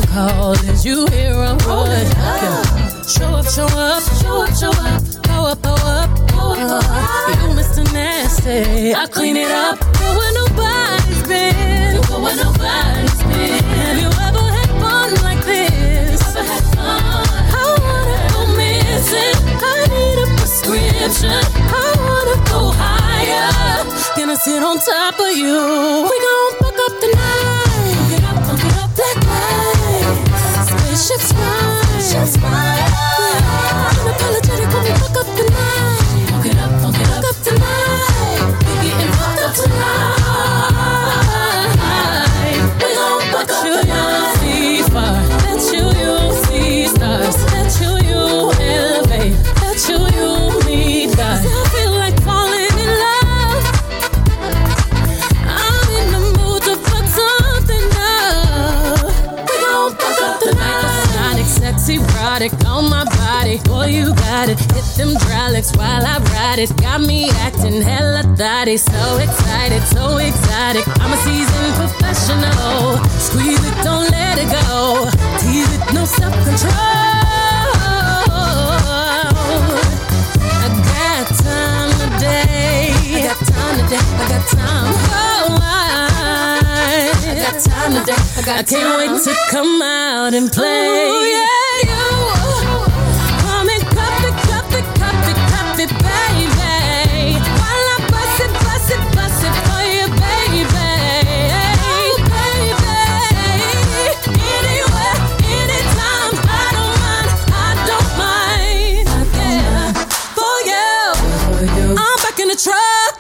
call. Is you here or what? Yeah. Show up, show up, show up, show up. Go up, go up, go up. You Mr. Nasty, I clean it up. Go where nobody's been. Go where nobody's been. Have you ever had fun like this? Ever had fun? I wanna go missing. I need a prescription. I wanna go higher. Gonna sit on top of you. We gon' fuck up the night. Fuck it up, black lights. Spaceships fly. Spaceships fly. Unapologetic when we fuck up the night. Fuck it up, fuck up tonight. We getting fucked up tonight. We gon' fuck up the night. See fire. That you'll see stars. That you elevate. That you meet God. I feel like falling in love. I'm in the mood to fuck something up. We gon' fuck up the night. Sonic, sexy product on my body. Boy, you got it. Hit them drylips while I ride it. Got me acting hella thotty. So excited, so exotic. I'm a seasoned professional. Squeeze it, don't let it go. Tease it, no self-control. I got time today. I got time today. I got time. Oh, I got time today. I can't wait to come out and play. Ooh, yeah, you. Come and cup it, baby. While I bust it for you, baby. Oh, baby. Anywhere, anytime. I don't mind. Yeah. For you. I'm back in the truck.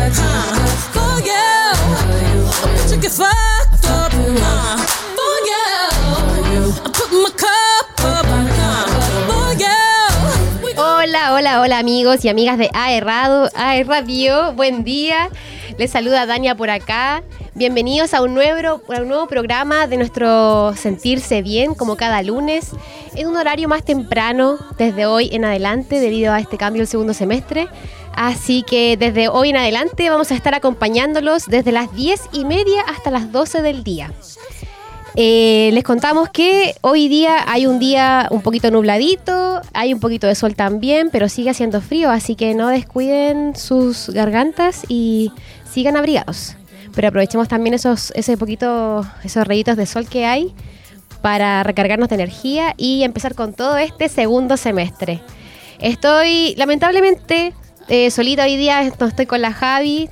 For you. I bet you get fucked up. For you. I'm putting my cup up. For you. Hola amigos y amigas de AE Radio, buen día. Les saluda Dania por acá. Bienvenidos a un nuevo programa de nuestro Sentirse Bien, como cada lunes, en un horario más temprano desde hoy en adelante debido a este cambio del segundo semestre. Así que desde hoy en adelante vamos a estar acompañándolos desde las 10:30 hasta las 12 del día. Les contamos que hoy día hay un día un poquito nubladito, hay un poquito de sol también, pero sigue haciendo frío, así que no descuiden sus gargantas y sigan abrigados. Pero aprovechemos también esos rayitos de sol que hay para recargarnos de energía y empezar con todo este segundo semestre. Estoy lamentablemente solita hoy día, no estoy con la Javi,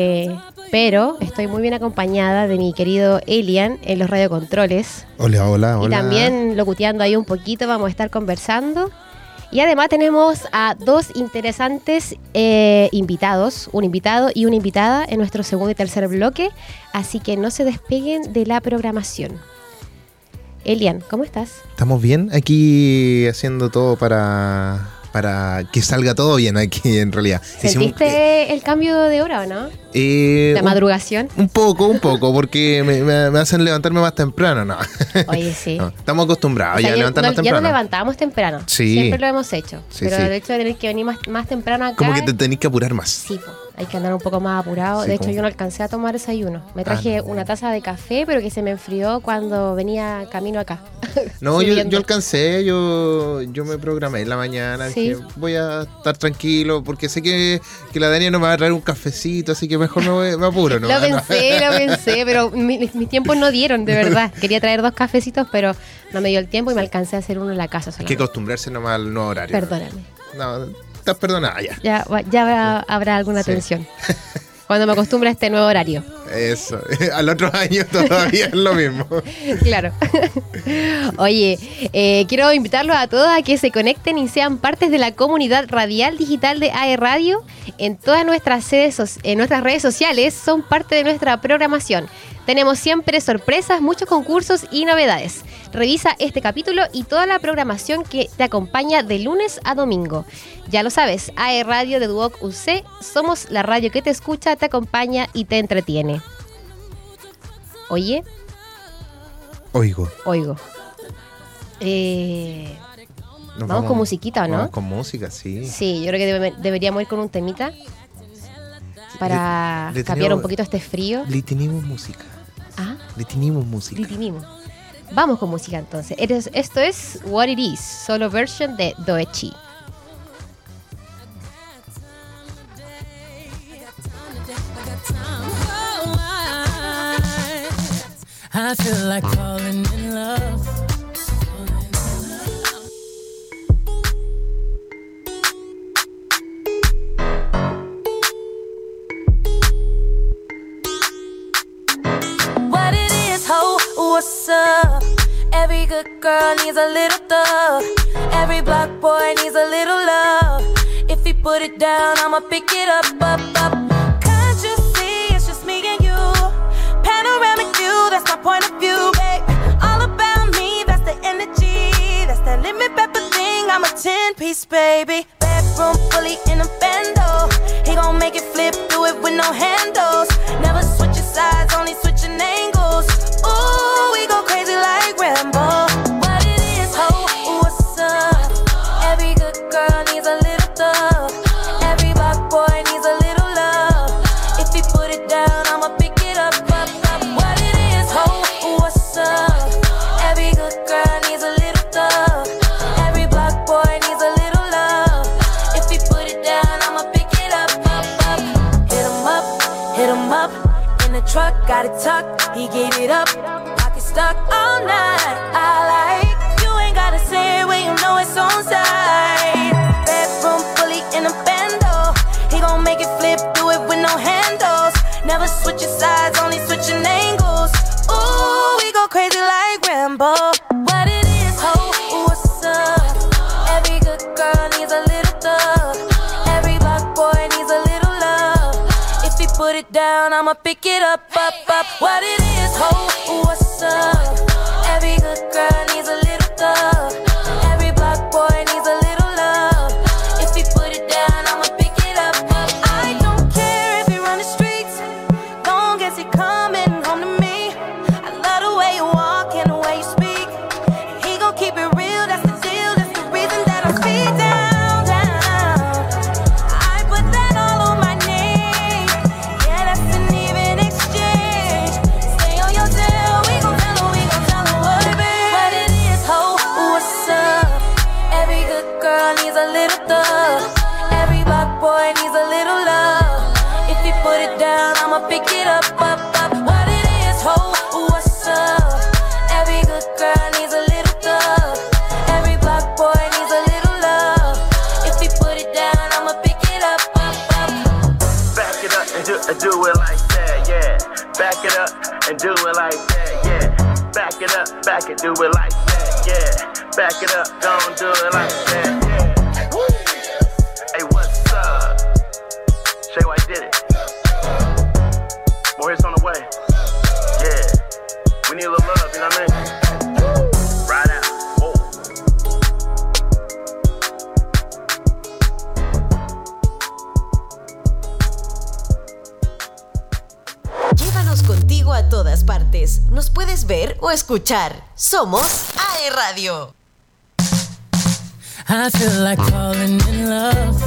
pero estoy muy bien acompañada de mi querido Elian en los radiocontroles. Hola. Y también locuteando ahí un poquito, vamos a estar conversando. Y además tenemos a dos interesantes invitados, un invitado y una invitada en nuestro segundo y tercer bloque. Así que no se despeguen de la programación. Elian, ¿cómo estás? ¿Estamos bien? Aquí haciendo todo para que salga todo bien aquí en realidad. ¿Sentiste el cambio de hora o no? ¿La madrugación? Un poco, porque me hacen levantarme más temprano, ¿no? Oye, sí. No, estamos acostumbrados, o sea, ya a levantarnos temprano. Ya nos levantamos temprano. Sí. Siempre lo hemos hecho. Sí, pero sí. el hecho de tener que venir más temprano acá... Como que te tenés que apurar más. Sí, hay que andar un poco más apurado. Sí, de hecho, como... yo no alcancé a tomar desayuno. Me traje una taza de café, pero que se me enfrió cuando venía camino acá. No, yo alcancé, yo me programé en la mañana. ¿Sí? Dije, voy a estar tranquilo, porque sé que la Dania no me va a traer un cafecito, así que mejor me apuro, ¿no? Lo pensé, pero mis tiempos no dieron, de verdad. Quería traer 2 cafecitos, pero no me dio el tiempo y me alcancé a hacer uno en la casa solamente. Hay que acostumbrarse nomás al nuevo horario. Perdóname. No, estás perdonada ya. Ya habrá alguna tensión. Cuando me acostumbre a este nuevo horario. Eso, al otro año todavía es lo mismo. Claro. Oye, quiero invitarlos a todos a que se conecten y sean partes de la comunidad radial digital de AE Radio. En todas nuestras redes sociales son parte de nuestra programación. Tenemos siempre sorpresas, muchos concursos y novedades. Revisa este capítulo y toda la programación que te acompaña de lunes a domingo. Ya lo sabes, AE Radio de Duoc UC, somos la radio que te escucha, te acompaña y te entretiene. Oye. Oigo. Vamos con musiquita, ¿o no? Vamos con música, sí. Sí, yo creo que deberíamos ir con un temita para cambiar un poquito este frío. Le tenemos música. ¿Ah? Le tenemos música. Vamos con música entonces. Esto es What It Is, solo version de Doechii. I feel like falling in love. What it is, ho, what's up? Every good girl needs a little thug. Every black boy needs a little love. If he put it down, I'ma pick it up. Can't you see it's just me and you? Panoramic view, that's my point of view, babe. All about me, that's the energy. That's that lemon pepper thing, I'm a 10-piece, baby. Bedroom fully in a bando. He gon' make it flip, do it with no handles. Never switching sides, only switching angles. Ooh, we go crazy like Rambo. What it is, ho, what's up? Every good girl needs a little thug. Every black boy needs a little love. If he put it down, I'ma pick it up. What it is, ho, what's up? Every good girl needs a little thug. Every black boy needs a little love. If he put it down, I'ma pick it up. Hit him up. In the truck, got it tucked. He gave it up. Pocket stuck all night. I like. You ain't gotta say it when you know it's on side. Bedroom fully in a bando. He gon' make it flip, do it with no handles. Never switching sides, only switching angles. Ooh, we go crazy like Rambo. What it is, ho, what's up? Every good girl needs a little thug. Every black boy needs a little love. If he put it down, I'ma pick it up. What it is, ho, what's up? Every good girl needs a little thug. Every black boy needs a little love. If he put it down, I'ma pick it up. I don't care if he run the streets, long as he coming home to me. I love the way you walk and the way you speak. And he gon' keep it real, that's the deal. That's the reason that I speak down. I put that all on my name. Yeah, that's an even exchange. Stay on your tail, we gon' tell her what it is. What it is, ho, what's up? Every good girl needs a little thug. Every black boy needs a little love. If he put it down, I'ma pick it up. What it is, ho, what's up? Every good girl needs a little thug. Every black boy needs a little love. If he put it down, I'ma pick it up. Back it up and do it like that, yeah. Back it up and do it like that, yeah. Back it up, do it like that, yeah. Back it up, don't do it like that, yeah. Woo. Hey, what's up? Shay White did it. More hits on the way. Yeah. We need a little love, you know what I mean? Ride out. Oh. Llévanos contigo a todas partes. Nos puedes ver o escuchar. Somos AE Radio. I feel like falling in love.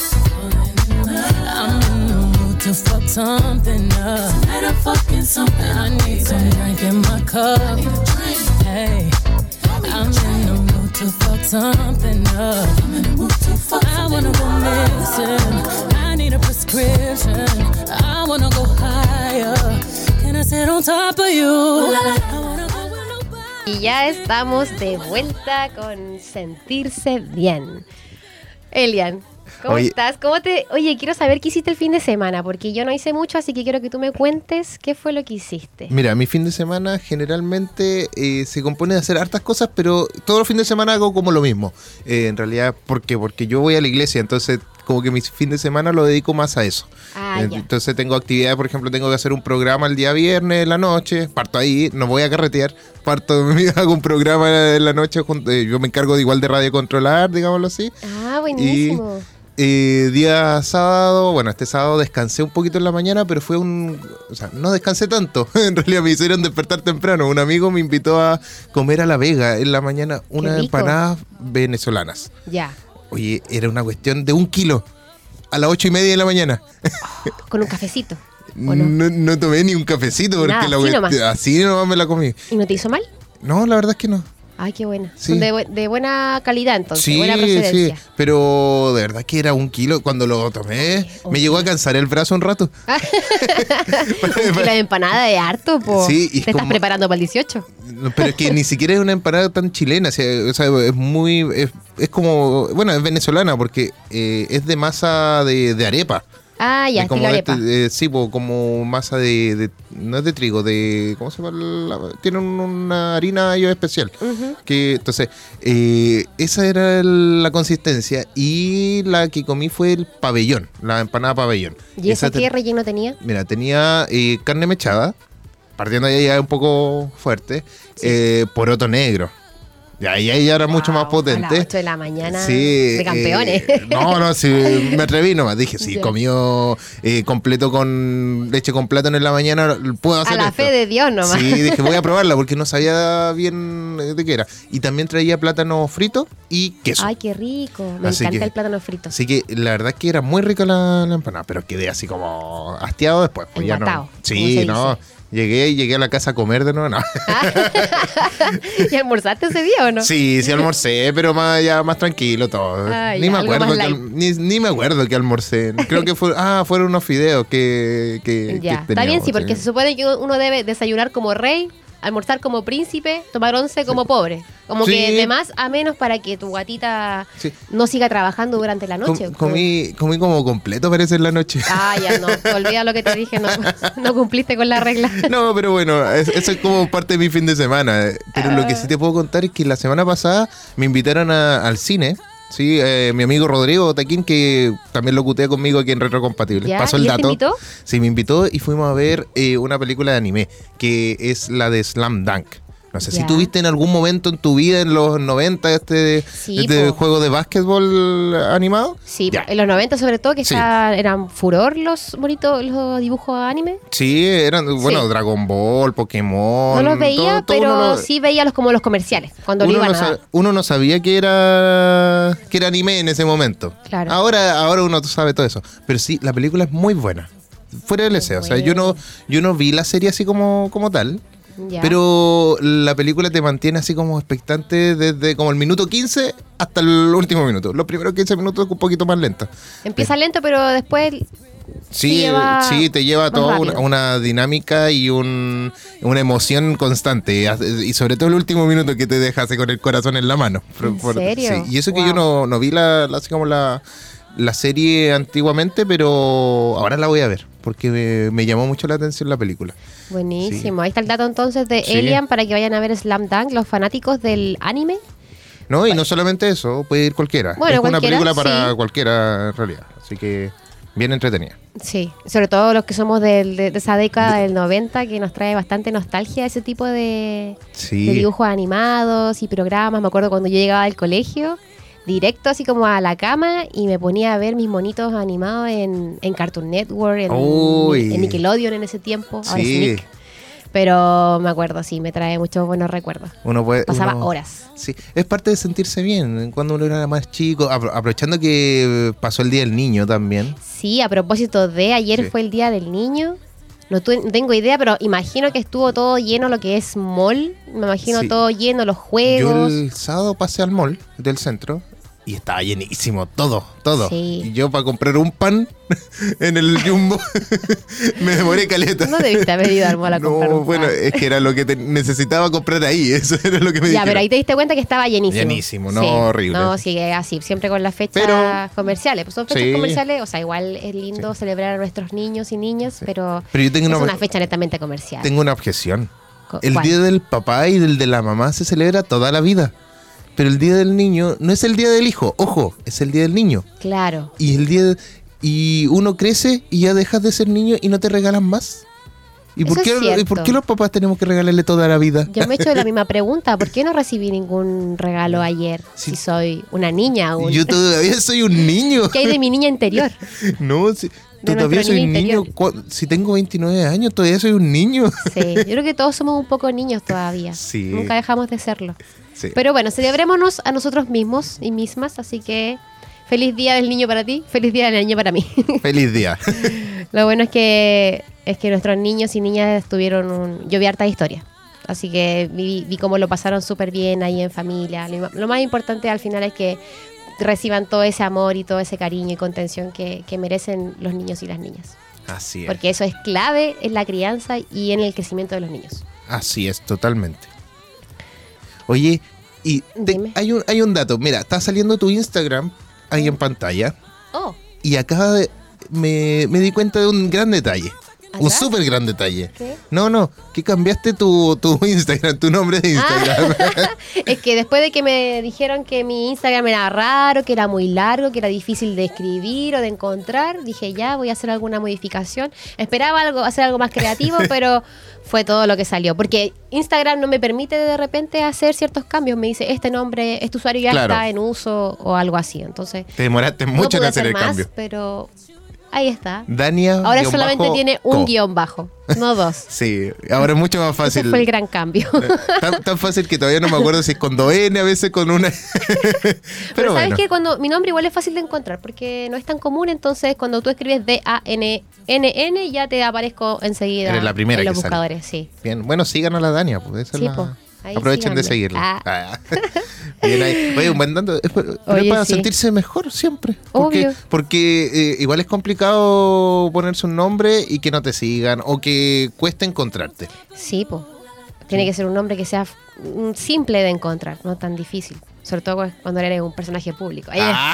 I'm in the mood to fuck something up. Tonight I'm fucking something. I need some drink in my cup. Hey, I'm in the mood to fuck something up. I wanna go missing. I need a prescription. I wanna go higher. Can I sit on top of you? I wanna go where nobody. Y ya estamos de vuelta con Sentirse Bien. Elian, ¿cómo Oye. estás? Oye, quiero saber qué hiciste el fin de semana, porque yo no hice mucho, así que quiero que tú me cuentes qué fue lo que hiciste. Mira, mi fin de semana generalmente se compone de hacer hartas cosas, pero todos los fines de semana hago como lo mismo. En realidad, porque yo voy a la iglesia, entonces como que mi fin de semana lo dedico más a eso. Ah, ya. Entonces tengo actividades, por ejemplo, tengo que hacer un programa el día viernes en la noche, parto ahí, no voy a carretear, hago un programa en la noche, yo me encargo de igual de radio controlar, digámoslo así. Ah, buenísimo. Día sábado, bueno, este sábado descansé un poquito en la mañana, pero o sea, no descansé tanto. En realidad me hicieron despertar temprano. Un amigo me invitó a comer a La Vega en la mañana unas rico. empanadas venezolanas. Ya, Oye, era una cuestión de 1 kilo a las 8:30 de la mañana. con un cafecito. ¿O no? No tomé ni un cafecito porque Nada, la así cuestión- nomás. así nomás me la comí. ¿Y no te hizo mal? No, la verdad es que no. Ay, qué buena. Sí. Son de buena calidad, entonces, Sí, buena procedencia. sí, pero de verdad que era 1 kilo. Cuando lo tomé, me llegó a cansar el brazo un rato. Y la empanada es harto, po. Sí, y Te estás como- preparando para el 18. Pero es que ni siquiera es una empanada tan chilena. O sea, es muy. Es como. Bueno, es venezolana porque es de masa de arepa. Ah, ya, Es como estilo arepa. sí, como masa no es de trigo, ¿cómo se llama? Tienen una harina ellos especial. Ujú. Que entonces, esa era la consistencia y la que comí fue el pabellón, la empanada pabellón. ¿Y esa Esa qué relleno tenía? Mira, tenía carne mechada, partiendo de ahí ya un poco fuerte, poroto negro. Y ahí ya era mucho más A las potente. 8 de la mañana Sí, de campeones. no, sí, me atreví nomás. Dije, sí, Ya. comió completo con leche con plátano en la mañana, puedo hacer A la esto. fe de Dios nomás. Sí, dije, voy a probarla porque no sabía bien de qué era. Y también traía plátano frito y queso. Ay, qué rico. Me Así encanta que- el plátano frito. Así que la verdad es que era muy rica la empanada, pero quedé así como hastiado después. Pues ya Enguatao, no. como Sí, se no. dice. Llegué a la casa a comer de nuevo, no. ¿Y almorzaste ese día o no? Sí, almorcé, pero más tranquilo todo. Ah, ni ya, me algo acuerdo más que ni me acuerdo que almorcé. Creo que fueron unos fideos que Ya, está teníamos, bien, sí, porque se supone que uno debe desayunar como rey, almorzar como príncipe, tomar once como pobre. Como Sí. que de más a menos para que tu gatita Sí. no siga trabajando durante la noche. Comí como completo, parece, en la noche. Ah, ya no, olvida lo que te dije, no, no cumpliste con la regla. No, pero bueno, eso es como parte de mi fin de semana. Pero lo que sí te puedo contar es que la semana pasada me invitaron al cine. Sí, mi amigo Rodrigo Taquín, que también locutea conmigo aquí en Retrocompatible. ¿Ya? Pasó ¿Y el él te dato. invitó? Sí, me invitó y fuimos a ver una película de anime, que es la de Slam Dunk. No sé si Ya. tuviste en algún momento en tu vida, en los 90, Sí, este po. juego de básquetbol animado. Sí, Ya. en los 90 sobre todo, que Sí. eran furor los bonitos, los dibujos anime. Sí, eran, bueno, Sí. Dragon Ball, Pokémon. No los veía, todo pero uno lo- sí veía como los comerciales, cuando lo iban a dar. uno no sabía que era anime en ese momento. Claro. Ahora uno sabe todo eso. Pero sí, la película es muy buena. Fuera del deseo. O sea, yo no vi la serie así como tal. Ya. Pero la película te mantiene así como expectante desde como el minuto 15 hasta el último minuto. Los primeros 15 minutos un poquito más lento. Empieza lento, pero después Sí, lleva te lleva a más toda rápido. una dinámica y una emoción constante. Y sobre todo el último minuto que te deja así con el corazón en la mano. ¿En serio? Sí. Y eso que Wow. yo no vi así como la serie antiguamente, pero ahora la voy a ver. Porque me llamó mucho la atención la película. buenísimo. Ahí está el dato entonces de Sí. Elian para que vayan a ver Slam Dunk, los fanáticos del anime. No, y no solamente eso, puede ir cualquiera. Bueno, es una cualquiera, película para sí. cualquiera en realidad. Así que bien entretenida. Sí, sobre todo los que somos de esa década del 90, que nos trae bastante nostalgia ese tipo de Sí. dibujos animados y programas. Me acuerdo cuando yo llegaba del colegio, directo así como a la cama y me ponía a ver mis monitos animados en Cartoon Network, Uy. en Nickelodeon en ese tiempo, ahora Sí. Snick. Pero me acuerdo, sí, me trae muchos buenos recuerdos. Pasaba horas. Sí, es parte de sentirse bien cuando uno era más chico, aprovechando que pasó el Día del Niño también. Sí, a propósito de ayer Sí. fue el Día del Niño. No tengo idea, pero imagino que estuvo todo lleno lo que es mall. Me imagino Sí. todo lleno, los Yo juegos. el sábado pasé al mall del centro y estaba llenísimo, todo. Sí. Y yo para comprar un pan en el Jumbo me demoré caleta. No debiste haber ido al mall a comprar un bueno, pan. es que era lo que necesitaba comprar ahí, eso era lo que me Ya, dijeron. pero ahí te diste cuenta que estaba llenísimo. Llenísimo, no, horrible. No, sigue así, siempre con las fechas Pero- comerciales. Pues son fechas Sí. comerciales, o sea, igual es lindo celebrar a nuestros niños y niñas, pero Pero yo tengo es una- una fecha netamente comercial. Tengo una objeción. El ¿Cuál? día del papá y del de la mamá se celebra toda la vida. Pero el día del niño no es el día del hijo, ojo, es el día del niño. Claro. Y uno crece y ya dejas de ser niño y no te regalan más. ¿Y Eso por qué, es cierto. ¿y por qué los papás tenemos que regalarle toda la vida? Yo me he hecho la misma pregunta, ¿por qué no recibí ningún regalo ayer Sí. si soy una niña aún? Yo todavía soy un niño. ¿Qué hay de mi niña interior? No, si, De todavía nuestro soy un niño niño. Si tengo 29 años, todavía soy un niño. Sí, yo creo que todos somos un poco niños todavía. Sí. Nunca dejamos de serlo. Sí. Pero bueno, celebrémonos a nosotros mismos y mismas, así que feliz día del niño para ti, feliz día del niño para mí. Feliz día. Lo bueno es que nuestros niños y niñas tuvieron yo vi harta historia. Así que vi cómo lo pasaron súper bien ahí en familia. Lo más importante al final es que reciban todo ese amor y todo ese cariño y contención que merecen los niños y las niñas. Así es. Porque eso es clave en la crianza y en el crecimiento de los niños. Así es, totalmente. Oye, y Dime. hay un dato. Mira, está saliendo tu Instagram ahí en pantalla. Oh, Y acá me di cuenta de un gran detalle. Un ¿Atrás? súper gran detalle. ¿Qué? No, que cambiaste tu Instagram, tu nombre de Instagram. es que después de que me dijeron que mi Instagram era raro, que era muy largo, que era difícil de escribir o de encontrar, dije ya, voy a hacer alguna modificación. Esperaba hacer algo más creativo, pero fue todo lo que salió. Porque Instagram no me permite de repente hacer ciertos cambios. Me dice, este nombre, este usuario ya Claro. está en uso o algo así. Entonces, Te demoraste no mucho en pude hacer el más, cambio. pero ahí está. Dania. Ahora guión solamente bajo, tiene un co. guión bajo, no dos. Sí, ahora es mucho más Ese fácil. fue el gran cambio. Tan fácil que todavía no me acuerdo si es con 2N, a veces con una. Pero sabes bueno. que cuando mi nombre igual es fácil de encontrar porque no es tan común, entonces cuando tú escribes DANNN ya te aparezco enseguida Eres la primera en los que sale. buscadores, sí. Bien, bueno, sigan a la Dania, pues. Esa es Sí, la- po. Ahí Aprovechen de síganme. seguirla. Ah. Bien ahí. Oye, un buen dato. Pero Oye, para sí. sentirse mejor siempre. Obvio. Porque igual es complicado ponerse un nombre y que no te sigan o que cueste encontrarte. Sí, pues. Tiene que ser un nombre que sea simple de encontrar, no tan difícil. Sobre todo cuando eres un personaje público. Ah.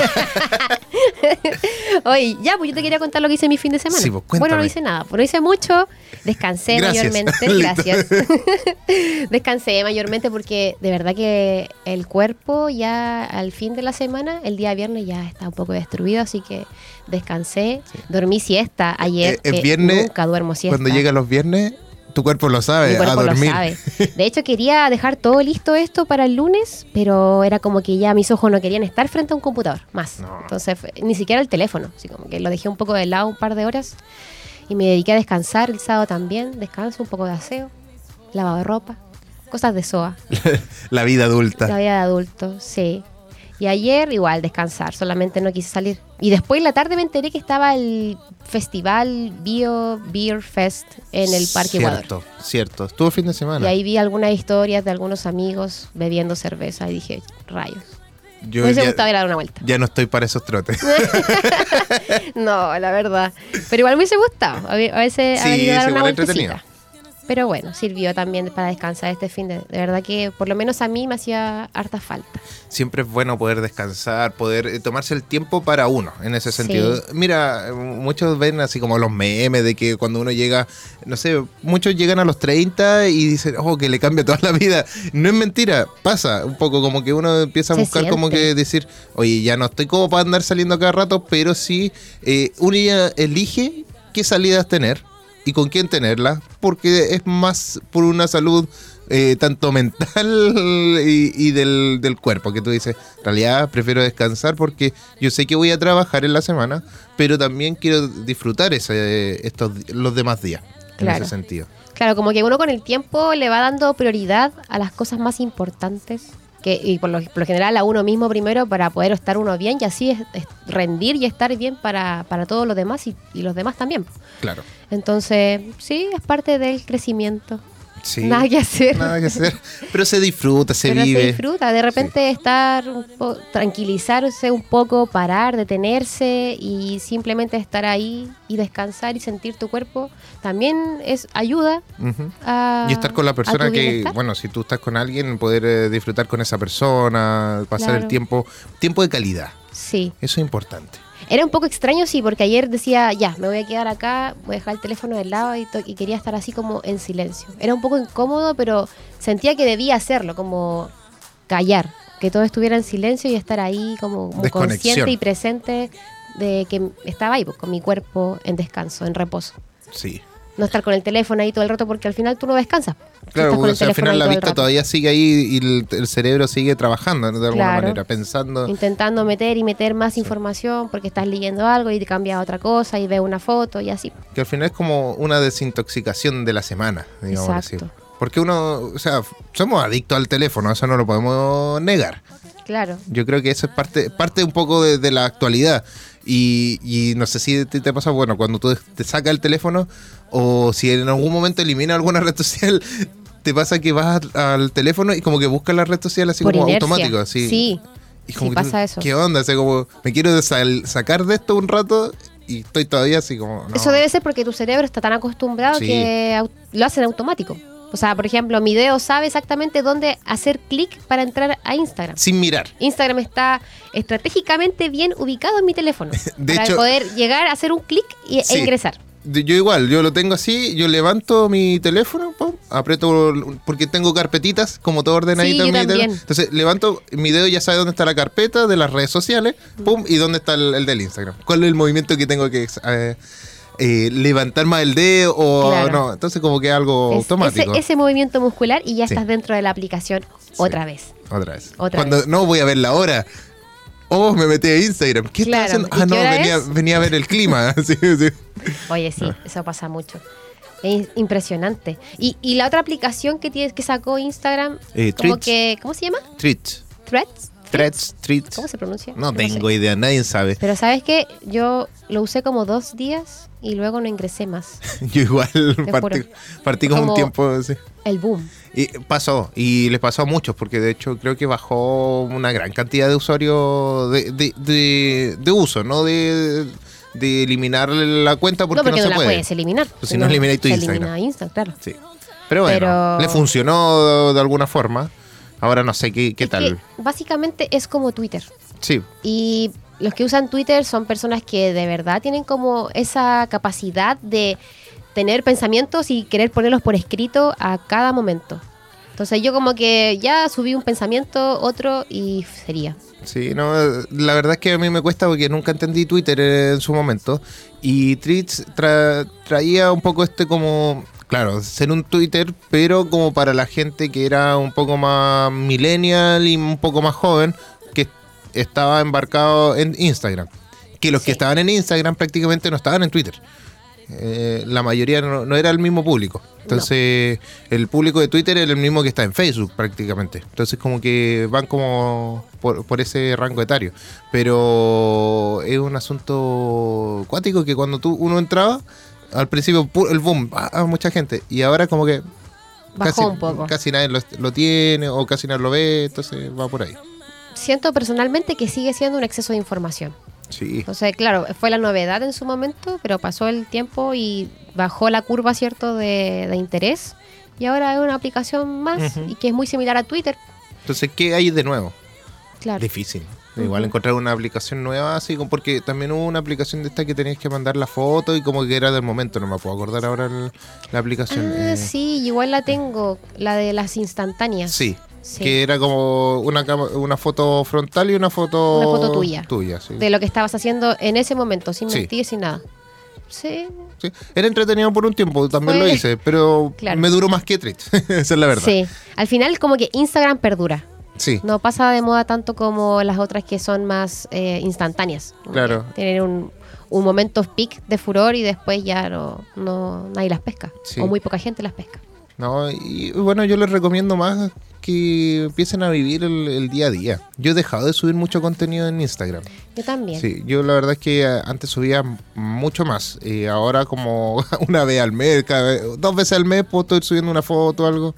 Oye, ya, pues yo te quería contar lo que hice mi fin de semana. Sí, pues, cuéntame. Bueno, no hice nada, pues no hice mucho. Descansé Gracias. mayormente. Listo. Gracias. Descansé mayormente porque de verdad que el cuerpo ya al fin de la semana, el día viernes ya está un poco destruido, así que descansé. Dormí siesta ayer, El que viernes, nunca duermo siesta. Cuando llega los viernes, tu cuerpo lo sabe, Mi cuerpo a dormir. lo sabe. De hecho, quería dejar todo listo esto para el lunes, pero era como que ya mis ojos no querían estar frente a un computador, más. No. Entonces, ni siquiera el teléfono, así como que lo dejé un poco de lado un par de horas y me dediqué a descansar el sábado también. Descanso, un poco de aseo, lavado de ropa, cosas de SOA, La vida adulta. la vida de adulto, sí. Y ayer igual descansar, solamente no quise salir. Y después en la tarde me enteré que estaba el festival Bio Beer Fest en el Parque Ecuador. Cierto. Estuvo fin de semana. Y ahí vi algunas historias de algunos amigos bebiendo cerveza y dije, rayos. Yo Me hubiese ya, gustado ir a dar una vuelta. ya no estoy para esos trotes. No, la verdad. Pero igual me hubiese gustado. A veces Sí, haber ido a es dar una igual vueltecita. entretenido. Pero bueno, sirvió también para descansar este fin de verdad que por lo menos a mí me hacía harta falta. Siempre es bueno poder descansar, poder tomarse el tiempo para uno, en ese Sí. sentido. Mira, muchos ven así como los memes de que cuando uno llega, no sé, muchos llegan a los 30 y dicen, oh, que le cambia toda la vida. No es mentira, pasa un poco como que uno empieza a Se buscar como siente. que decir, oye, ya no estoy como para andar saliendo cada rato, pero sí, uno ya elige qué salidas tener y con quién tenerla, porque es más por una salud tanto mental y del cuerpo, que tú dices, en realidad prefiero descansar porque yo sé que voy a trabajar en la semana, pero también quiero disfrutar los demás días, en Claro. ese sentido. Claro, como que uno con el tiempo le va dando prioridad a las cosas más importantes. Y por lo general a uno mismo primero para poder estar uno bien y así es rendir y estar bien para todos los demás y los demás también. Claro. Entonces, sí, es parte del crecimiento. Sí. Nada que hacer. Nada que hacer. Pero se disfruta, se Pero vive. se disfruta, de repente estar, tranquilizarse un poco, parar, detenerse y simplemente estar ahí y descansar y sentir tu cuerpo también ayuda Ujú. a Y estar con la a persona tu que, bienestar. bueno, si tú estás con alguien, poder disfrutar con esa persona, pasar Claro. el tiempo de calidad. Sí. Eso es importante. Era un poco extraño, sí, porque ayer decía, ya, me voy a quedar acá, voy a dejar el teléfono del lado y quería estar así como en silencio. Era un poco incómodo, pero sentía que debía hacerlo, como callar, que todo estuviera en silencio y estar ahí como Desconexión. consciente y presente de que estaba ahí, pues, con mi cuerpo en descanso, en reposo. Sí. No estar con el teléfono ahí todo el rato porque al final tú no descansas. Si Claro, estás con porque el o sea, al teléfono final ahí la todo el vista rato. todavía sigue ahí y el cerebro sigue trabajando, ¿no? De alguna Claro. manera, pensando. Intentando meter más información porque estás leyendo algo y te cambia a otra cosa y ves una foto y así. Que al final es como una desintoxicación de la semana, digamos así. Exacto. Porque uno, o sea, somos adictos al teléfono, eso no lo podemos negar. Claro. Yo creo que eso es parte un poco de la actualidad. Y no sé si te pasa, bueno, cuando tú te sacas el teléfono o si en algún momento eliminas alguna red social, te pasa que vas al teléfono y como que buscas la red social así Por como inercia. automático. Así. Sí. Y como Sí, que pasa eso. ¿qué onda? O sea, como me quiero sacar de esto un rato y estoy todavía así como... no. Eso debe ser porque tu cerebro está tan acostumbrado Sí. que lo hacen automático. O sea, por ejemplo, mi dedo sabe exactamente dónde hacer clic para entrar a Instagram. Sin mirar. Instagram está estratégicamente bien ubicado en mi teléfono De para hecho- poder llegar a hacer un clic e Sí. ingresar. Yo igual, yo lo tengo así, yo levanto mi teléfono, pum, aprieto, porque tengo carpetitas como todo ordenadito Sí, en yo mi teléfono. también. Entonces levanto, mi dedo ya sabe dónde está la carpeta de las redes sociales, pum, y dónde está el del Instagram. ¿Cuál es el movimiento que tengo que levantar más el dedo o Claro. no? Entonces como que es algo Es automático. ese movimiento muscular y ya Sí. estás dentro de la aplicación otra vez. Otra vez. Otra Cuando vez. no voy a ver la hora. Oh, me metí a Instagram. ¿Qué Claro. estás haciendo? ¿Y Ah, no, qué hora es? venía a ver el clima. Sí, sí. Oye, sí, eso pasa mucho. Es impresionante. Y la otra aplicación que sacó Instagram, como Threads. que, ¿cómo se llama? Threads. Threads. ¿Cómo se pronuncia? No sé. tengo idea, nadie sabe. Pero ¿sabes qué? Yo lo usé como 2 días y luego no ingresé más. Yo igual juro. partí como un Como- tiempo. Sí. El boom. Y pasó, y les pasó a muchos, porque de hecho creo que bajó una gran cantidad de usuarios de uso, no de eliminar la cuenta porque no, porque no no, se la puede. puedes eliminar. Pues si no elimináis tu se Instagram. elimina Instagram, claro. Sí. Pero bueno, Pero- le funcionó de alguna forma. Ahora no sé qué Es tal. que básicamente es como Twitter. Sí, Y los que usan Twitter son personas que de verdad tienen como esa capacidad de tener pensamientos y querer ponerlos por escrito a cada momento. Entonces yo como que ya subí un pensamiento, otro y sería. sí, no, la verdad es que a mí me cuesta porque nunca entendí Twitter en su momento. Y Threads traía un poco como, claro, ser un Twitter, pero como para la gente que era un poco más millennial y un poco más joven, que estaba embarcado en Instagram. Que los que Sí. estaban en Instagram prácticamente no estaban en Twitter. La mayoría no era el mismo público. Entonces, el público de Twitter es el mismo que está en Facebook prácticamente. Entonces, como que van como por ese rango etario. Pero es un asunto cuático que cuando uno entraba, al principio el boom, mucha gente. Y ahora como que Bajó un poco. casi nadie lo tiene o casi nadie lo ve. Entonces, va por ahí. Siento personalmente que sigue siendo un exceso de información. Sí. Entonces, claro, fue la novedad en su momento, pero pasó el tiempo y bajó la curva, ¿cierto?, de interés. Y ahora es una aplicación más Ujú. y que es muy similar a Twitter. Entonces, ¿qué hay de nuevo? Claro. Difícil. Igual Ujú. encontrar una aplicación nueva, así como porque también hubo una aplicación de esta que tenías que mandar la foto y como que era del momento, no me puedo acordar ahora la aplicación. Sí, igual la tengo, la de las instantáneas. Sí, Sí. que era como una foto frontal y una foto tuya. sí. De lo que estabas haciendo en ese momento, sin Sí. mentir, sin nada. Sí, Sí. Era entretenido por un tiempo, también Fue- lo hice, pero Claro. me duró más que Threads, esa es la verdad. sí. Al final como que Instagram perdura. Sí, No pasa de moda tanto como las otras que son más instantáneas. Como Claro. que tienen un momento peak de furor y después ya nadie las pesca. Sí. O muy poca gente las pesca. no, y bueno, yo les recomiendo más que empiecen a vivir el día a día. Yo he dejado de subir mucho contenido en Instagram. Yo también. Sí, yo la verdad es que antes subía mucho más. Ahora como una vez al mes, 2 veces al mes puedo estar subiendo una foto o algo.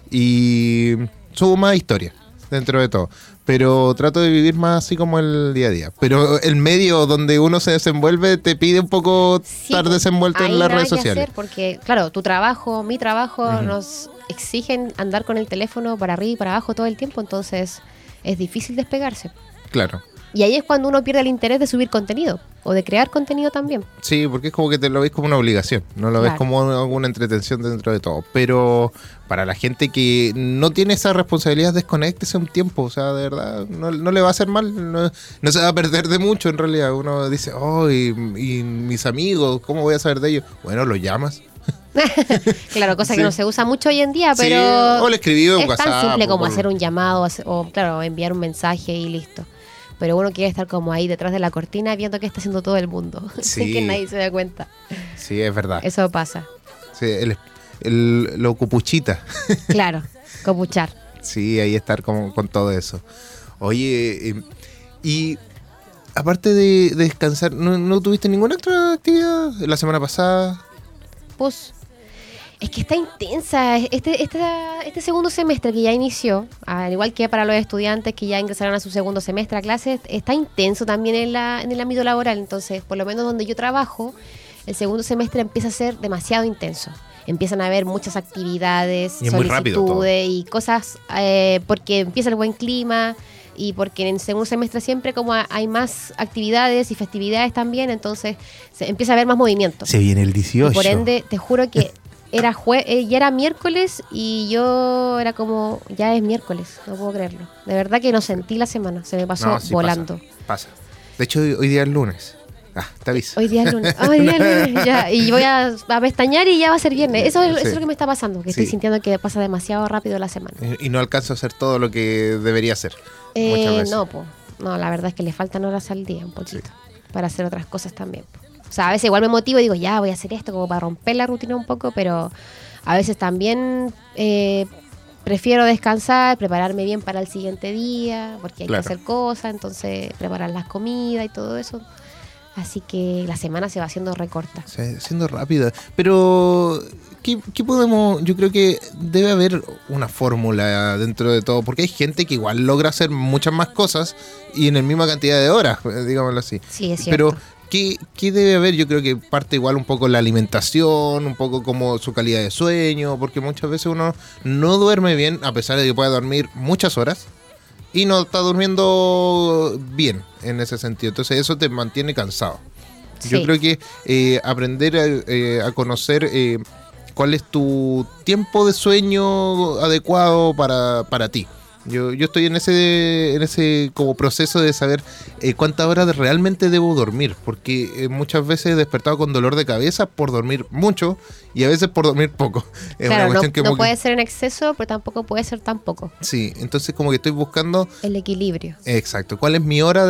Y subo más historias dentro de todo. Pero trato de vivir más así como el día a día. Pero el medio donde uno se desenvuelve te pide un poco Sí, estar desenvuelto ahí en las nada redes que sociales. hacer porque, claro, tu trabajo, mi trabajo nos exigen andar con el teléfono para arriba y para abajo todo el tiempo, entonces es difícil despegarse. Claro. Y ahí es cuando uno pierde el interés de subir contenido o de crear contenido también. Sí, porque es como que te lo ves como una obligación, no lo ves Claro. como alguna entretención dentro de todo. Pero para la gente que no tiene esa responsabilidad, desconéctese un tiempo, o sea, de verdad, no le va a hacer mal, no se va a perder de mucho en realidad. Uno dice, oh, y mis amigos, ¿cómo voy a saber de ellos? Bueno, lo llamas. Claro, cosa Sí. que no se usa mucho hoy en día, Sí, pero o le escribí un es WhatsApp. tan simple como o- hacer un llamado o, claro, enviar un mensaje y listo. Pero uno quiere estar como ahí detrás de la cortina viendo qué está haciendo todo el mundo, sin Sí. que nadie se dé cuenta. Sí, es verdad. Eso pasa. Sí, lo cupuchita. Claro, copuchar. Sí, ahí estar con todo eso. Oye, y aparte de descansar, ¿no tuviste ninguna otra actividad la semana pasada? Pues Es que está intensa. Este segundo semestre que ya inició, al igual que para los estudiantes que ya ingresaron a su segundo semestre a clases, está intenso también en el ámbito laboral. Entonces, por lo menos donde yo trabajo, el segundo semestre empieza a ser demasiado intenso. Empiezan a haber muchas actividades, Y es muy rápido todo. solicitudes y cosas, porque empieza el buen clima y porque en el segundo semestre siempre como hay más actividades y festividades también, entonces se empieza a haber más movimiento. Se viene el 18. Y por ende, te juro que ya era miércoles y yo era como, ya es miércoles, no puedo creerlo. De verdad que no sentí la semana, se me pasó No, sí volando. Pasa. De hecho, hoy día es lunes. Te aviso. Hoy día es lunes, ya, y voy a pestañear y ya va a ser viernes. Eso Sí. es lo que me está pasando, que estoy sintiendo que pasa demasiado rápido la semana. Y no alcanzo a hacer todo lo que debería hacer. Muchas veces. No, la verdad es que le faltan horas al día un poquito para hacer otras cosas también. O sea, a veces igual me motivo y digo, ya voy a hacer esto como para romper la rutina un poco, pero a veces también prefiero descansar, prepararme bien para el siguiente día, porque hay Claro. que hacer cosas, entonces preparar las comidas y todo eso. Así que la semana se va haciendo recorta. Siendo rápida. Pero, ¿qué podemos...? Yo creo que debe haber una fórmula dentro de todo, porque hay gente que igual logra hacer muchas más cosas y en la misma cantidad de horas, digámoslo así. Sí, es cierto. Pero, ¿qué debe haber? Yo creo que parte igual un poco la alimentación, un poco como su calidad de sueño, porque muchas veces uno no duerme bien, a pesar de que pueda dormir muchas horas, y no está durmiendo bien en ese sentido. Entonces eso te mantiene cansado. Yo Sí. creo que aprender a conocer cuál es tu tiempo de sueño adecuado para ti. Yo estoy en ese como proceso de saber cuántas horas realmente debo dormir, porque muchas veces he despertado con dolor de cabeza por dormir mucho y a veces por dormir poco. Es una Claro, cuestión que no como que- puede ser en exceso, pero tampoco puede ser tan poco. Sí, entonces como que estoy buscando El equilibrio. exacto, ¿cuál es mi hora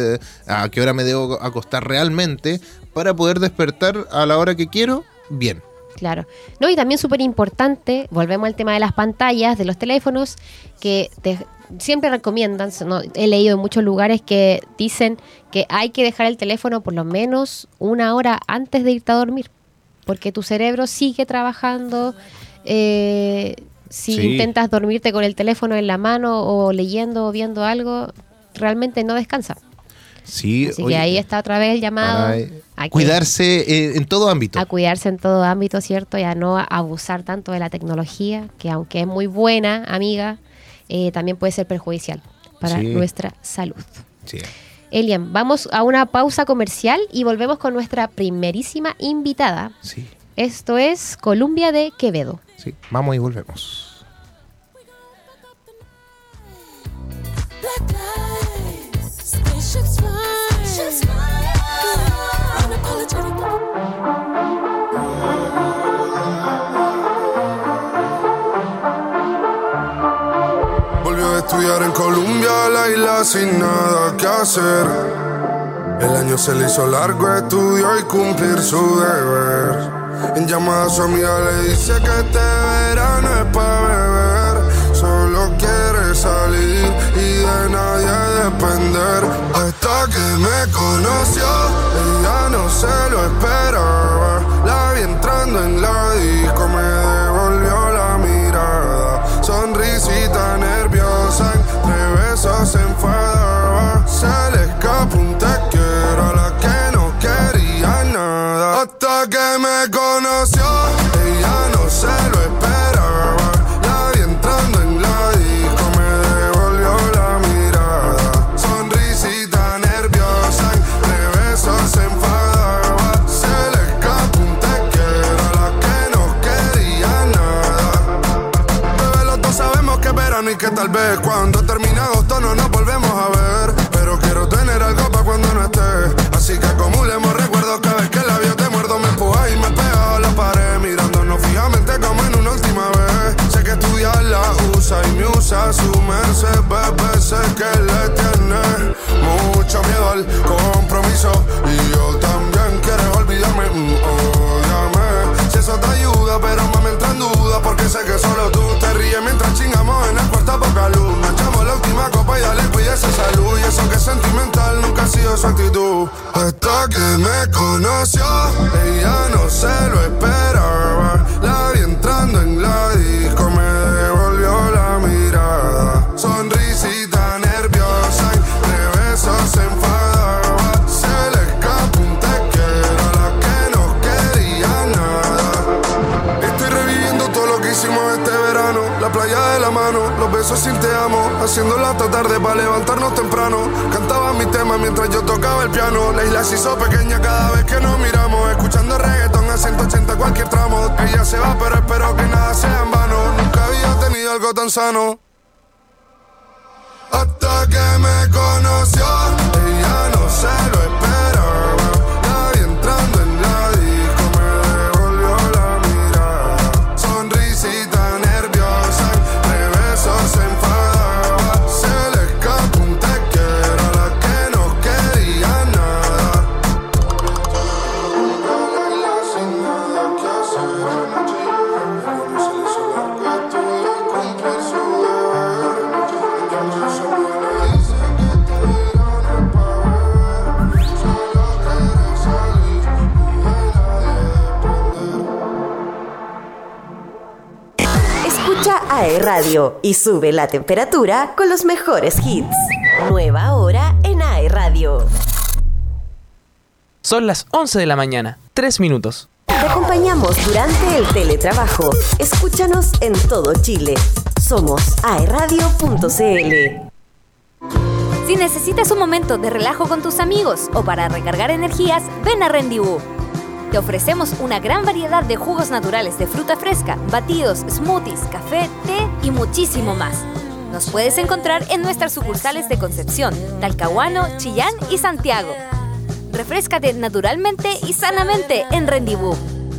a qué hora me debo acostar realmente para poder despertar a la hora que quiero? Bien. Claro. No, y también súper importante, volvemos al tema de las pantallas, de los teléfonos, que siempre recomiendan, he leído en muchos lugares que dicen que hay que dejar el teléfono por lo menos 1 hora antes de irte a dormir, porque tu cerebro sigue trabajando. Si Sí. intentas dormirte con el teléfono en la mano o leyendo o viendo algo, realmente no descansa. Sí, Así oye, que ahí está otra vez el llamado para cuidarse en todo ámbito. a cuidarse en todo ámbito, ¿cierto? Y a no abusar tanto de la tecnología, que aunque es muy buena, amiga, también puede ser perjudicial para Sí. nuestra salud. Sí. Elian, vamos a una pausa comercial y volvemos con nuestra primerísima invitada. Sí, Esto es Columbia de Quevedo. sí. Vamos y volvemos. Black lights, spaceships fly. Unapologetic. Volvió a estudiar en Colombia, la isla sin nada que hacer. El año se le hizo largo, estudió y cumplir su deber. En llamada a su amiga le dice que este verano es pa' beber. Solo quiere salir y de nadie depender. Hasta que me conoció, ella no se lo esperaba. La vi entrando en la disco, me devolvió la mirada. Sonrisita nerviosa, entre besos se enfadaba. Se le escapó un te quiero a la que no quería nada. Hasta que me conoció, ella no se lo esperaba. La vi entrando en la disco, me devolvió la mirada. Sonrisita nerviosa, entre besos se enfadaba. Se le escapó un te quiero a la que no quería nada. Bebé, los dos sabemos que es verano y que tal vez cuando termine agosto no nos volvemos a ver. Pero quiero tener algo pa' cuando no estés. Así que acumulemos recuerdos, cada vez que el labio te muerdo me empuja y me pega a la pared. Mirándonos fijamente como en una última vez. Sé que estudiar la usa y me usa su merced. Bebé, sé que le tiene mucho miedo al compromiso. Y yo también quiero olvidarme, ódiame. Si eso te ayuda, pero mami entra en duda. Porque sé que solo tú te ríes mientras chingamos en el cuarto a poca luz. Nos echamos la última copa y dale, cuídese salud. Y eso que es sentimental nunca ha sido su actitud. Hasta que me conoció, ella no se lo esperaba. La vi entrar sin te amo, haciendo la tarde para levantarnos temprano. Cantaba mi tema mientras yo tocaba el piano. La isla se hizo pequeña cada vez que nos miramos. Escuchando reggaetón a 180 cualquier tramo. Ella se va pero espero que nada sea en vano. Nunca había tenido algo tan sano. Hasta que me conoció, ella no se lo esperaba. Nadie entrando en la disco me devolvió la mirada. Sonrisita nerviosa, de besos se enfadaba. Se le escapó un te quiero a la que no quería nada. Sin nada que hacer, anoche llorando, se le hizo largo estudio y cumplir su deber. Escucha AE Radio y sube la temperatura con los mejores hits. Nueva hora en AE Radio. Son las 11 de la mañana, 3 minutos. Te acompañamos durante el teletrabajo. Escúchanos en todo Chile. Somos aeradio.cl. Si necesitas un momento de relajo con tus amigos o para recargar energías, ven a Rendezvous. Te ofrecemos una gran variedad de jugos naturales de fruta fresca, batidos, smoothies, café, té y muchísimo más. Nos puedes encontrar en nuestras sucursales de Concepción, Talcahuano, Chillán y Santiago. Refréscate naturalmente y sanamente en Rendezvous.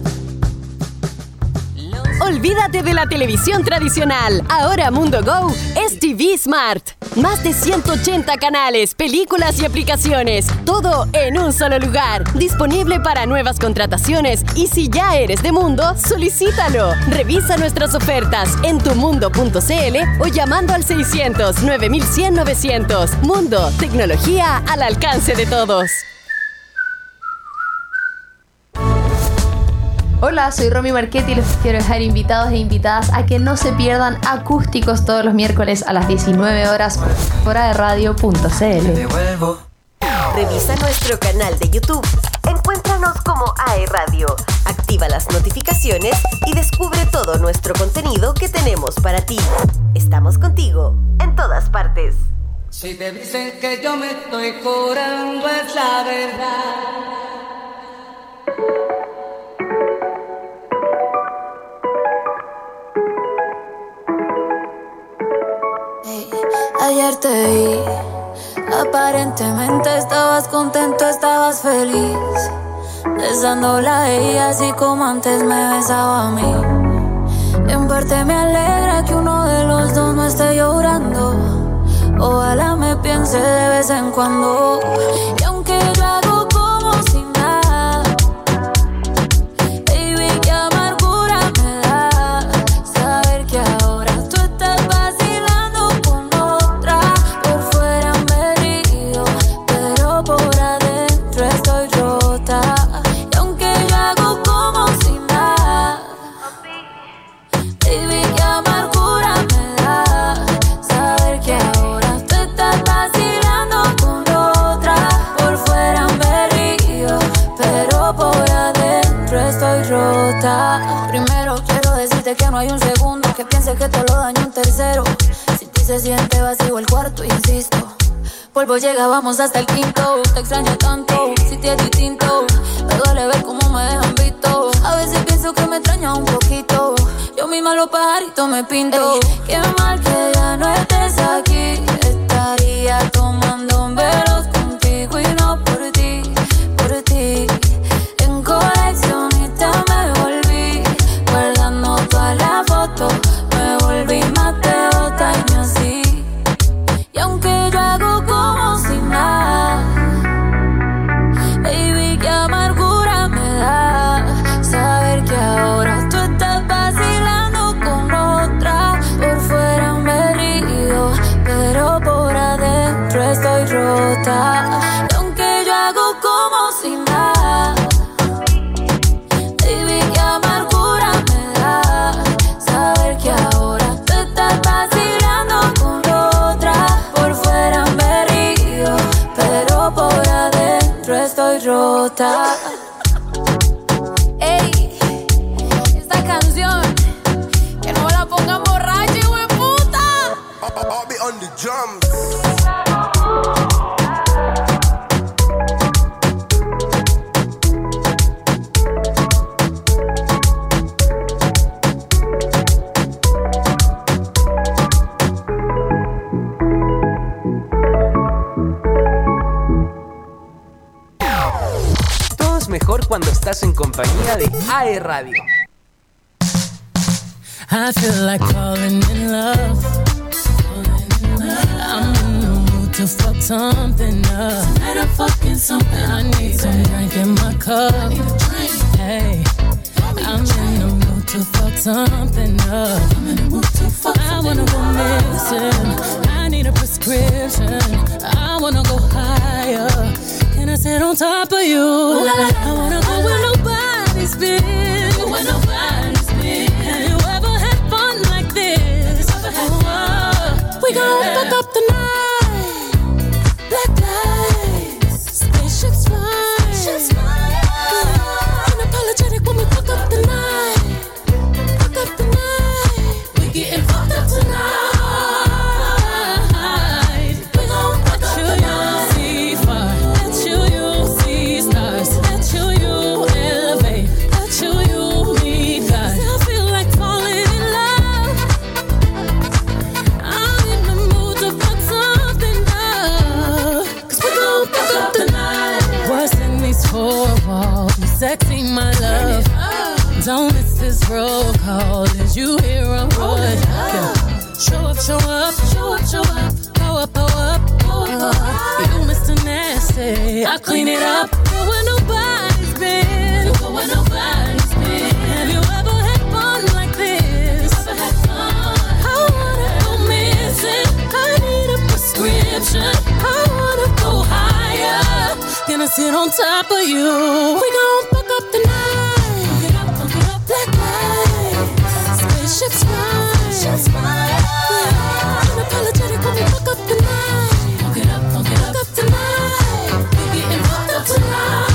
Olvídate de la televisión tradicional. Ahora Mundo Go es TV Smart. Más de 180 canales, películas y aplicaciones. Todo en un solo lugar. Disponible para nuevas contrataciones. Y si ya eres de Mundo, solicítalo. Revisa nuestras ofertas en tumundo.cl o llamando al 600 9100 900. Mundo, tecnología al alcance de todos. Hola, soy Romy Marchetti y los quiero dejar invitados e invitadas a que no se pierdan Acústicos todos los miércoles a las 19 horas por aeradio.cl. Revisa nuestro canal de YouTube. Encuéntranos como AE Radio. Activa las notificaciones y descubre todo nuestro contenido que tenemos para ti. Estamos contigo en todas partes. Si te dicen que yo me estoy curando es la verdad. Ayer te vi, aparentemente estabas contento, estabas feliz, besándola a ella así como antes me besaba a mí. En parte me alegra que uno de los dos no esté llorando. Ojalá me piense de vez en cuando. Y aunque yo hago como si nada, baby, qué amargura me da saber que ahora tú estás vacilando con otra. Por fuera me río, pero por adentro estoy rota. Y aunque yo hago como si nada, baby, qué amargura me da saber que ahora tú estás vacilando con otra. Por fuera me río, pero por adentro estoy rota. Primero quiero decirte que no hay un segundo que piense que te lo daño un tercero. Sin ti se siente vacío el cuarto, insisto. Polvo llega, vamos hasta el quinto. Te extraño tanto, si te es distinto. Me duele ver cómo me dejan visto. A veces pienso que me extraña un poquito. Yo misma los pajaritos me pinto. Qué mal que ya no estés aquí. Estaría tomando velos contigo y no por ti, por ti. En coleccionista me volví, guardando todas las fotos. Me volví más de otaño así. Y aunque yo hago como si nada, baby, qué amargura me da saber que ahora tú estás vacilando con otra. Por fuera me río, pero por adentro estoy rota. Y aunque yo hago como si nada, baby, qué amargura me da saber que ahora tú estás vacilando con otra. Por fuera me río, pero por adentro estoy rota. Ey, esta canción que no la pongan borracha, hijo de puta. Todo es mejor cuando estás en compañía de AE Radio. I feel like falling in love. I'm in the mood to fuck something up. Tonight I'm fucking something. I need some drink in my cup. Hey, I'm in the mood to fuck something up. I wanna go missing. I need a prescription. I wanna go higher. Can I sit on top of you? I wanna go where nobody's been. Where nobody's been. Have you ever had fun like this? We gon' fuck up the night. Black lights, spaceships fly. Unapologetic when we fuck up the night. Fuck up the night. We getting fucked up tonight. We gon' fuck up the night. See far, let you see stars. Let you elevate. Let you meet God. I feel like falling in love. I'm in the mood to fuck something up. 'Cause we gon' fuck up the night. What's in these four walls? You sexy, my love. Don't miss this roll call. Did you hear a word? Yeah. Show up, show up, show up, show up. Go up, go up, go up. You Mr. Nasty, I clean it up. Go where nobody's been. Go where nobody's been. Have you ever had fun like this? Ever had fun? I wanna go missing. I need a prescription. I wanna go higher. Can I sit on top of you? We gon' fuck up the night. Fuck it up, black lights. Spaceships fly. Unapologetic when we fuck up the night. Fuck it up tonight. We getting fucked up tonight.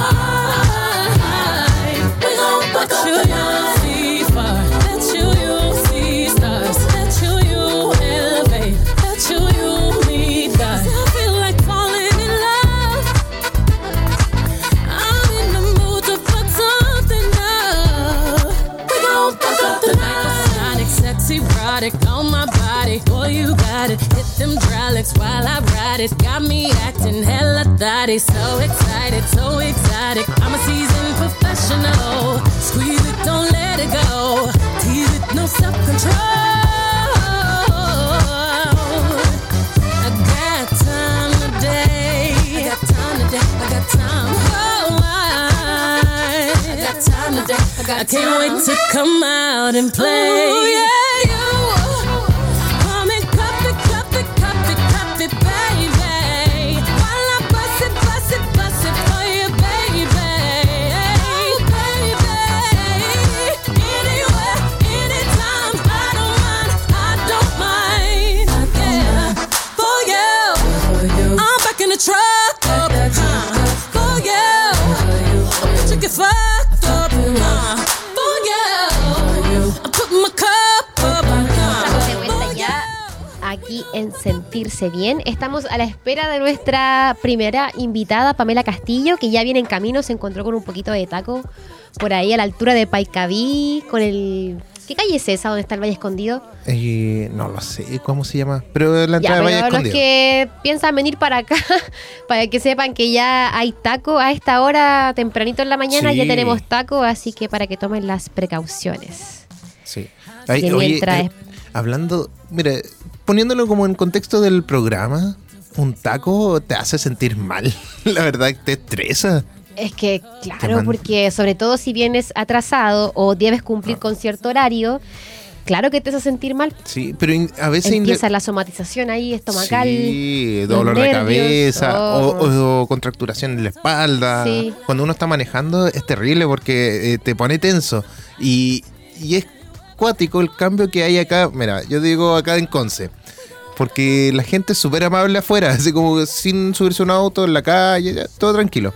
We gon' fuck up the night. See far, let you see stars. Let you elevate. Let you meet God. I feel like falling in love. I'm in the mood to fuck something up. We gon' fuck up the night. Sonic, sexy, erotic on my body. Boy, you got it. Hit them hydraulics while I ride it. Got me acting hella thotty. So excited, so exotic. I'm a seasoned professional. Squeeze it, don't let it go. Tease it, no self-control. I got time today. I got time today. I got time. Oh, I got time today. I can't wait to come out and play. Ooh, yeah, you. Come and cup it, baby. While I bust it for you, baby. Hey, baby. Anywhere, anytime. I don't mind. Yeah, for you. I'm back in the truck. For you. I'm to get fucked up. For you. I put my cup up. Estamos de vuelta ya aquí en Sentirse Bien. Estamos a la espera de nuestra primera invitada, Pamela Castillo, que ya viene en camino. Se encontró con un poquito de taco por ahí a la altura de Paicaví, con el... ¿Qué calle es esa donde está el Valle Escondido? No lo sé cómo se llama, pero la entrada Ya, de Valle pero los Escondido. que piensan venir para acá, para que sepan que ya hay taco a esta hora, tempranito en la mañana, Sí. ya tenemos taco, así que para que tomen las precauciones. Sí. Que Oye, mientras- hablando, mira, poniéndolo como en contexto del programa, un taco te hace sentir mal. La verdad, te estresa. Es que, Te claro, manda- porque sobre todo si vienes atrasado o debes cumplir con cierto horario, claro que te hace sentir mal. Sí, pero a veces... Empieza la somatización ahí estomacal. Sí, los dolor de nervios, cabeza oh. o contracturación en la espalda. Sí. Cuando uno está manejando es terrible porque te pone tenso. Y es cuático el cambio que hay acá. Mira, yo digo acá en Conce. Porque la gente es súper amable afuera, así como sin subirse a un auto en la calle, ya, todo tranquilo.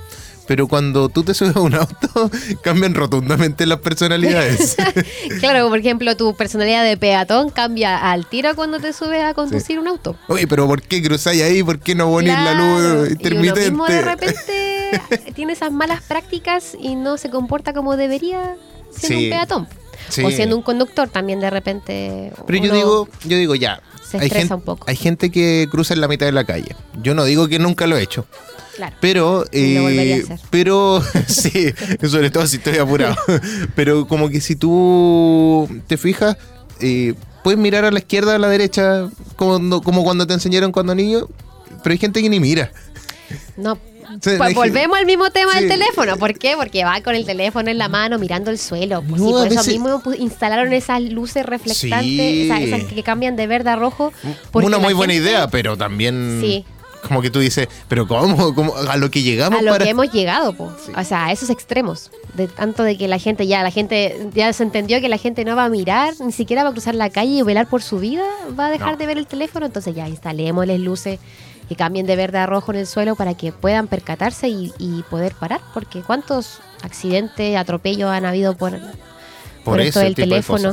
pero cuando tú te subes a un auto, cambian rotundamente las personalidades. Claro, por ejemplo, tu personalidad de peatón cambia al tiro cuando te subes a conducir un auto. Oye, pero ¿por qué cruzáis ahí? ¿Por qué no ponéis la luz intermitente? Y uno mismo de repente tiene esas malas prácticas y no se comporta como debería siendo un peatón. Sí. O siendo un conductor también de repente. Pero yo digo ya. Se estresa un poco. Hay gente que cruza en la mitad de la calle. Yo no digo que nunca lo he hecho. Claro. Pero, lo volvería a hacer. Pero, sí, sobre todo si estoy apurado. Pero como que si tú te fijas, puedes mirar a la izquierda o a la derecha, como cuando te enseñaron cuando niño, pero hay gente que ni mira. No. Sí, pues volvemos al mismo tema del teléfono. ¿Por qué? Porque va con el teléfono en la mano mirando el suelo. Pues, por eso mismo instalaron esas luces reflectantes, esas que cambian de verde a rojo. Una muy buena idea, pero también como que tú dices, pero ¿cómo? A lo que llegamos. A lo que hemos llegado, pues. Sí. O sea, a esos extremos. De tanto de que la gente ya se entendió que la gente no va a mirar, ni siquiera va a cruzar la calle y velar por su vida, va a dejar de ver el teléfono. Entonces ya instalémosles luces que cambien de verde a rojo en el suelo para que puedan percatarse y poder parar, porque ¿cuántos accidentes, atropellos han habido por esto del teléfono?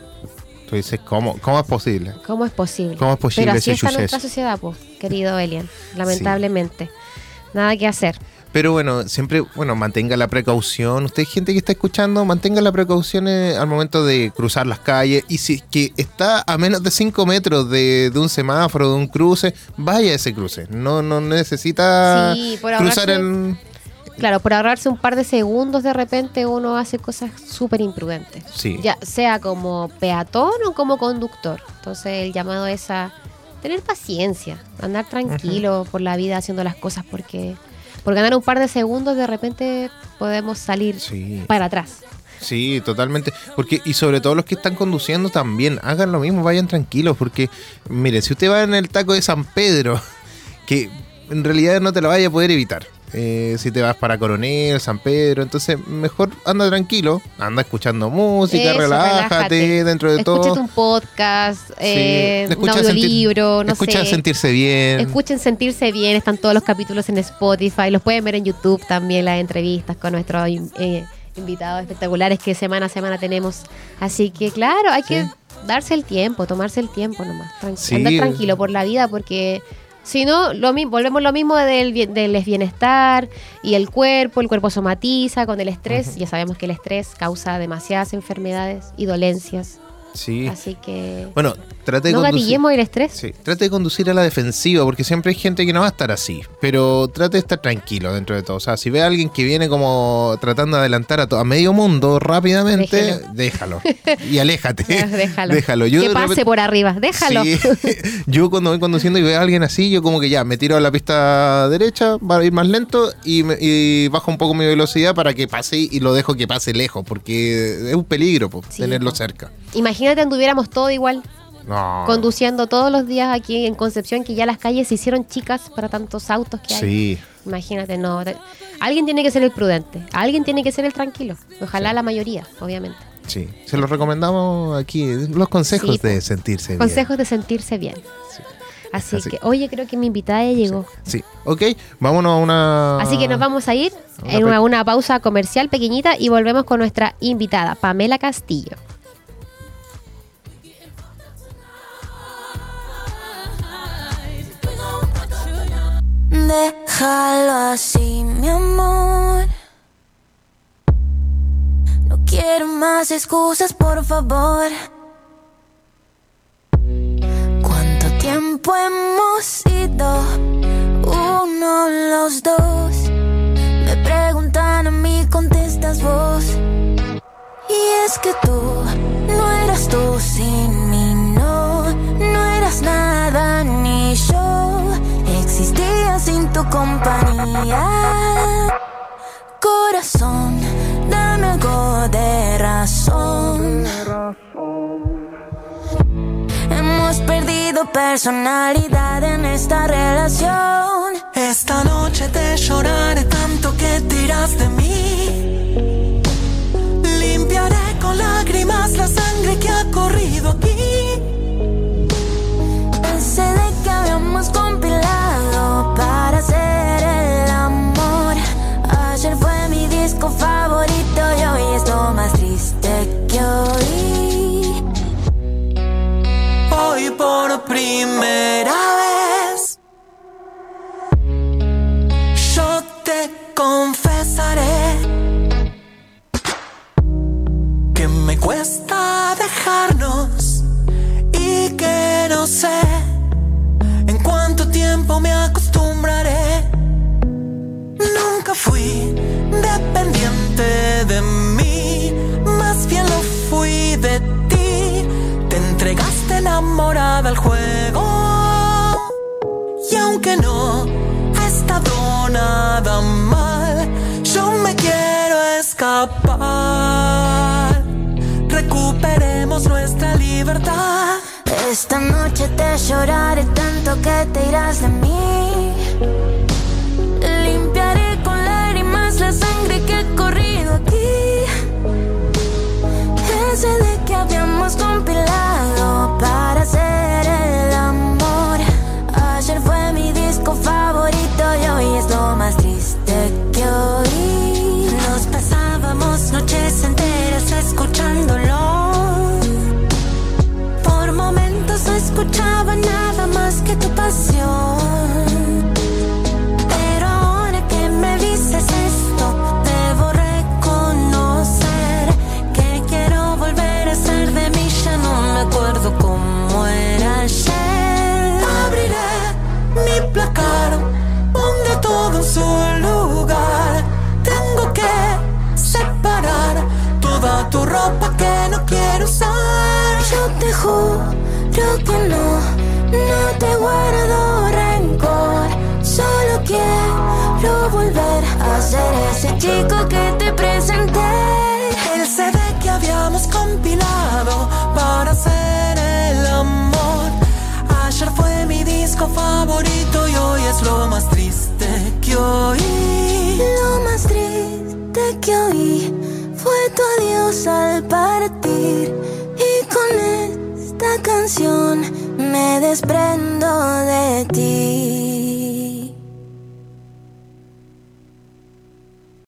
Tú dices, ¿cómo es posible? ¿Cómo es posible? ¿Cómo es posible Pero así ese está suceso? nuestra sociedad, pues, querido Elian, lamentablemente. Nada que hacer. Pero bueno, siempre, mantenga la precaución. Usted, gente que está escuchando, mantenga la precaución al momento de cruzar las calles. Y si que está a menos de 5 metros de un semáforo, de un cruce, vaya a ese cruce. No necesita cruzar en... Claro, por ahorrarse un par de segundos de repente uno hace cosas súper imprudentes. Sí. Ya sea como peatón o como conductor. Entonces el llamado es a tener paciencia, andar tranquilo por la vida haciendo las cosas, porque por ganar un par de segundos de repente podemos salir para atrás. Sí, totalmente. Y sobre todo los que están conduciendo también, hagan lo mismo, vayan tranquilos, porque miren, si usted va en el taco de San Pedro, que en realidad no te la vaya a poder evitar. Si te vas para Coronel, San Pedro, entonces mejor anda tranquilo, anda escuchando música, relájate dentro de todo. Escúchate un podcast, un audiolibro, escucha sentirse bien. Escuchen sentirse bien, están todos los capítulos en Spotify, los pueden ver en YouTube también, las entrevistas con nuestros invitados espectaculares que semana a semana tenemos. Así que claro, hay que darse el tiempo, tomarse el tiempo nomás, andar tranquilo por la vida, porque... Si no, volvemos lo mismo del bienestar y el cuerpo somatiza con el estrés. Ya sabemos que el estrés causa demasiadas enfermedades y dolencias. Sí. Así que trate de no gatillemos el estrés. Sí, trate de conducir a la defensiva, porque siempre hay gente que no va a estar así. Pero trate de estar tranquilo dentro de todo. O sea, si ve a alguien que viene como tratando de adelantar a medio mundo rápidamente, déjalo. Y aléjate. Déjalo. Que pase por arriba, déjalo. Sí. Yo cuando voy conduciendo y veo a alguien así, yo como que ya me tiro a la pista derecha, va a ir más lento y bajo un poco mi velocidad para que pase y lo dejo que pase lejos, porque es un peligro tenerlo cerca. Imagínate anduviéramos todo igual. No. Conduciendo todos los días aquí en Concepción, que ya las calles se hicieron chicas para tantos autos que hay. Sí. Imagínate, no. Alguien tiene que ser el prudente, alguien tiene que ser el tranquilo. Ojalá la mayoría, obviamente. Sí, se los recomendamos aquí, los consejos de sentirse bien. Consejos de sentirse bien. Sí. Así que, oye, creo que mi invitada ya llegó. Sí. Ok, vámonos a una... Así que nos vamos a ir en una pausa comercial pequeñita y volvemos con nuestra invitada, Pamela Castillo. Déjalo así, mi amor. No quiero más excusas, por favor. ¿Cuánto tiempo hemos ido? Uno, los dos. Me preguntan a mí, contestas vos. Y es que tú no eras tú sin mí, no eras nada ni yo. Existía sin tu compañía. Corazón, dame algo de razón. Hemos perdido personalidad en esta relación. Esta noche te lloraré tanto que tiras de mí. Limpiaré con lágrimas la sangre que ha corrido aquí. Pensé de que habíamos compilado para hacer el amor. Ayer aunque no ha estado nada mal, yo me quiero escapar. Recuperemos nuestra libertad. Esta noche te lloraré tanto que te irás de mí. Limpiaré con lágrimas la sangre que he corrido aquí. Ese de que habíamos compilado para hacer el amor. Ayer fue mi disco favorito y hoy es lo más triste que oí. Nos pasábamos noches enteras escuchándolo. Por momentos no escuchaba nada más que tu pasión. Pero ahora que me dices esto, debo reconocer que quiero volver a ser de mí. Ya no me acuerdo cómo era ayer. Abriré mi placar, pondré todo en su lugar. Tengo que separar toda tu ropa que no quiero usar. Yo te juro que no te guardo rencor. Solo quiero volver a ser ese chico que te presenté. El CD que habíamos compilado para hacer el amor. Ayer fue mi disco favorito y hoy es lo más triste que oí. Lo más triste que oí fue tu adiós al partir. Y con esta canción me desprendo de ti.